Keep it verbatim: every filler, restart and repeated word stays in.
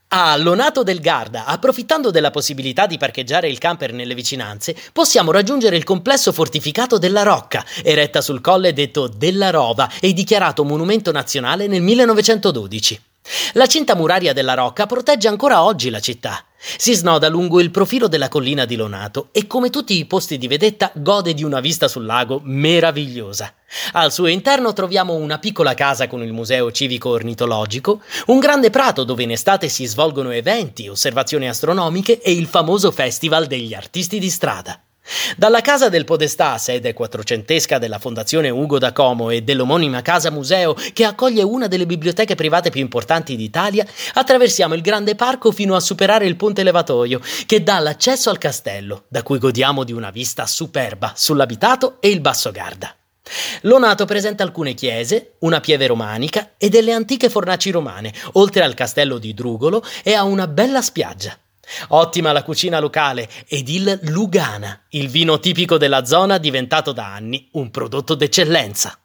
A Lonato del Garda, approfittando della possibilità di parcheggiare il camper nelle vicinanze, possiamo raggiungere il complesso fortificato della Rocca, eretta sul colle detto della Rova e dichiarato monumento nazionale nel millenovecentododici. La cinta muraria della Rocca protegge ancora oggi la città. Si snoda lungo il profilo della collina di Lonato e, come tutti i posti di vedetta, gode di una vista sul lago meravigliosa. Al suo interno troviamo una piccola casa con il museo civico-ornitologico, un grande prato dove in estate si svolgono eventi, osservazioni astronomiche e il famoso Festival degli artisti di strada. Dalla Casa del Podestà, sede quattrocentesca della Fondazione Ugo da Como e dell'omonima Casa Museo, che accoglie una delle biblioteche private più importanti d'Italia, attraversiamo il grande parco fino a superare il ponte levatoio, che dà l'accesso al castello, da cui godiamo di una vista superba sull'abitato e il Basso Garda. Lonato presenta alcune chiese, una pieve romanica e delle antiche fornaci romane, oltre al castello di Drugolo, e ha una bella spiaggia. Ottima la cucina locale ed il Lugana, il vino tipico della zona diventato da anni un prodotto d'eccellenza.